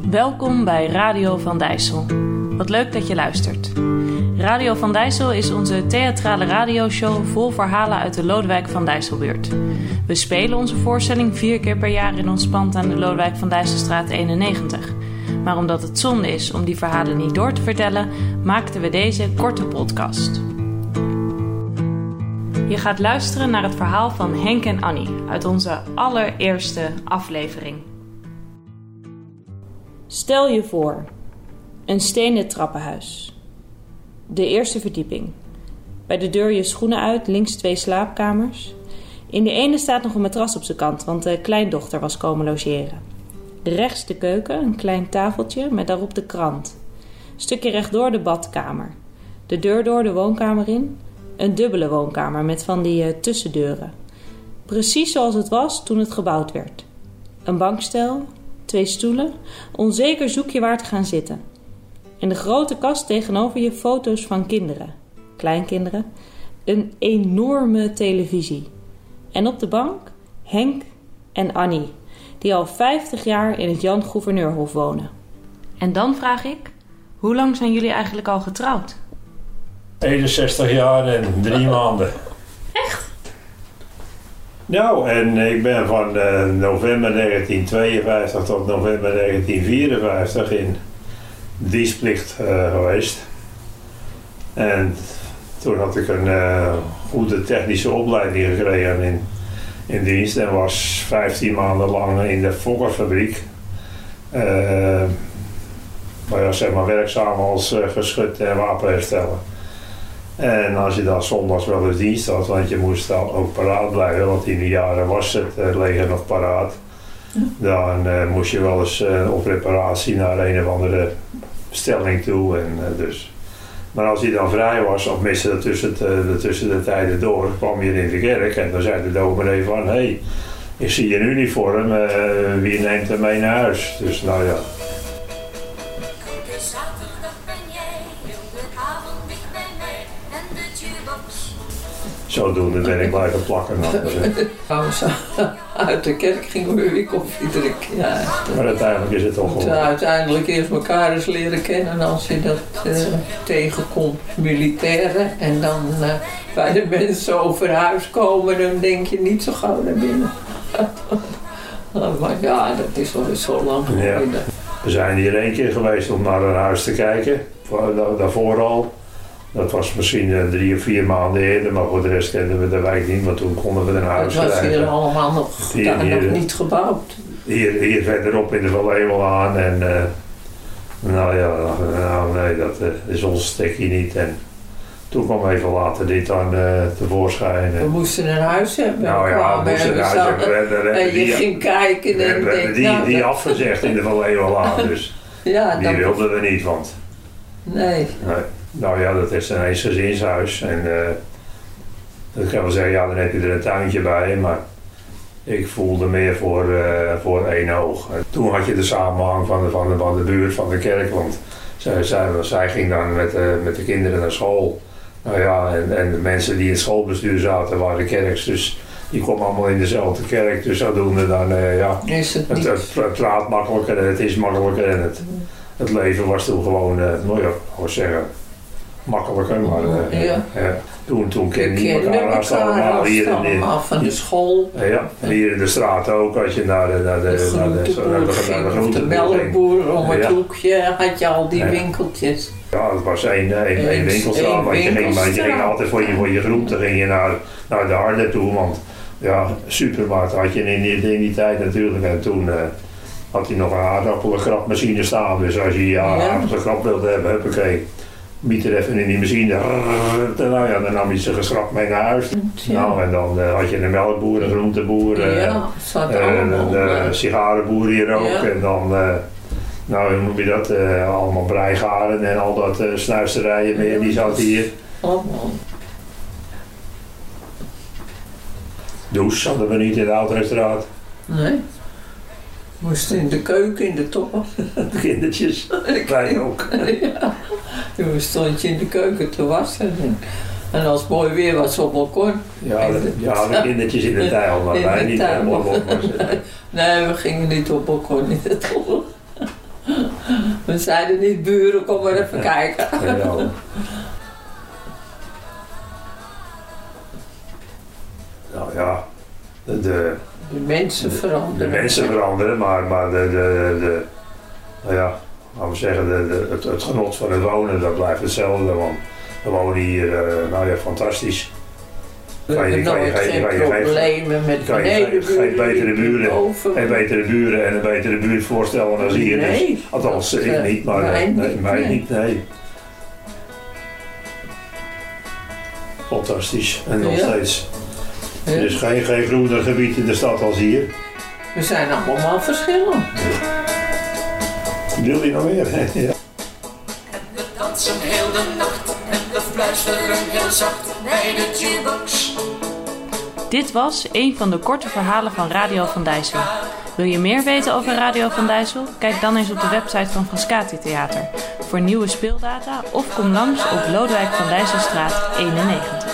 Welkom bij Radio Van Dijssel. Wat leuk dat je luistert. Radio Van Dijssel is onze theatrale radioshow vol verhalen uit de Lodewijk van Dijsselbuurt. We spelen onze voorstelling 4 keer per jaar in ons pand aan de Lodewijk van Dijsselstraat 91. Maar omdat het zonde is om die verhalen niet door te vertellen, maakten we deze korte podcast. Je gaat luisteren naar het verhaal van Henk en Annie uit onze allereerste aflevering. Stel je voor, een stenen trappenhuis. De eerste verdieping. Bij de deur je schoenen uit, links 2 slaapkamers. In de ene staat nog een matras op zijn kant, want de kleindochter was komen logeren. Rechts de keuken, een klein tafeltje met daarop de krant. Stukje rechtdoor de badkamer. De deur door de woonkamer in. Een dubbele woonkamer met van die tussendeuren. Precies zoals het was toen het gebouwd werd. Een bankstel, 2 stoelen, onzeker zoek je waar te gaan zitten. In de grote kast tegenover je foto's van kinderen, kleinkinderen, een enorme televisie. En op de bank Henk en Annie, die al 50 jaar in het Jan Gouverneurhof wonen. En dan vraag ik, hoe lang zijn jullie eigenlijk al getrouwd? 61 jaar en 3 maanden. Echt? Nou, en ik ben van november 1952 tot november 1954 in dienstplicht geweest. En toen had ik een goede technische opleiding gekregen in dienst en was 15 maanden lang in de Fokkerfabriek. Zeg maar werkzaam als geschut en wapenhersteller. En als je dan zondags wel eens dienst had, want je moest dan ook paraat blijven, want in die jaren was het leger nog paraat. Dan moest je wel eens op reparatie naar een of andere stelling toe. Maar als je dan vrij was, of miste tussen de tijden door, kwam je in de kerk en dan zei de dominee van, hey, ik zie een uniform, wie neemt hem mee naar huis? Dus nou ja. Zodoende ben ik blijven plakken. Uit de kerk gingen we weer koffie drinken. Ja. Maar uiteindelijk is het toch gewoon. Uiteindelijk eerst elkaar eens leren kennen als je dat tegenkomt, militairen. En dan bij de mensen over huis komen, dan denk je niet zo gauw naar binnen. Maar ja, dat is alweer zo lang geleden. Ja. We zijn hier 1 keer geweest om naar een huis te kijken, daarvoor al. Dat was misschien 3 of 4 maanden eerder, maar voor de rest kenden we de wijk niet, want toen konden we een huis krijgen. Het was hier allemaal nog niet gebouwd. Hier verderop in de Valleeuwelaan en nee, dat is ons stekje niet. En toen kwam even later dit dan tevoorschijn. We moesten een huis hebben. Nou ja, we moesten een huis hebben. En je ging kijken en die afgezegd in de Valleeuwelaan, dus ja, die wilden we niet, want... Nee. Nou ja, dat is een eensgezinshuis en dat kan wel zeggen, ja, dan heb je er een tuintje bij, maar ik voelde meer voor 1 oog. En toen had je de samenhang van de buurt, van de kerk, want zij ging dan met de kinderen naar school. Nou ja, en de mensen die in het schoolbestuur zaten waren kerks, dus die kwamen allemaal in dezelfde kerk, dus zodoende dan, is het praat makkelijker en het is makkelijker en het leven was toen gewoon, nou ja, ik zeggen, makkelijker, maar toen kende je elkaar allemaal hier van de school. Ja, en hier in de straat ook, als je naar de groenteboer, de melkboer om het hoekje had je al die winkeltjes. Ja, het was één winkelstraat, want je ging altijd voor je groente ging je naar de Harde toe, want ja, supermarkt had je in die tijd natuurlijk en toen had hij nog een aardappelgrapmachine staan, dus als je je aardappelgrap wilde hebben, huppakee. Biet er even in die machine, nou ja, dan nam je ze geschrapt mee naar huis. Ja. Nou, en dan had je een melkboer, een groenteboer, de sigarenboer hier ook. Ja. En dan, nou hoe noem je dat, allemaal breigaren en al dat snuisterijen meer, die zat hier. Douche hadden we niet in de Oudrestraat. Nee. Moesten in de keuken, in de toppen. Kindertjes, wij ook. Ja. Toen stond je in de keuken te wassen. En als het mooi weer was op balkon. Ja, de kindertjes in de tuil, maar wij niet helemaal op balkon. Nee, we gingen niet op balkon in de tuil. We zeiden niet buren, kom maar even kijken. Ja. Nou ja, de mensen veranderen. De mensen veranderen, maar nou ja, laten we zeggen, het genot van het wonen, dat blijft hetzelfde. Want we wonen hier, nou ja, fantastisch. We hebben nooit geen problemen met benedenburen. Geen betere buren, geen betere buren en een betere buurt voorstellen dan hier. Nee. Dus, althans, ik niet, maar mij niet, nee. Fantastisch, en nog steeds. Ja. Er is geen groener gebied in de stad als hier. We zijn allemaal verschillend. Wil je nog meer? Ja. En we dansen heel de nacht en we fluisteren heel zacht bij de jukebox. Dit was een van de korte verhalen van Radio Van Dijssel. Wil je meer weten over Radio Van Dijssel? Kijk dan eens op de website van Frascati Theater voor nieuwe speeldata of kom langs op Lodewijk van Dijsselstraat 91.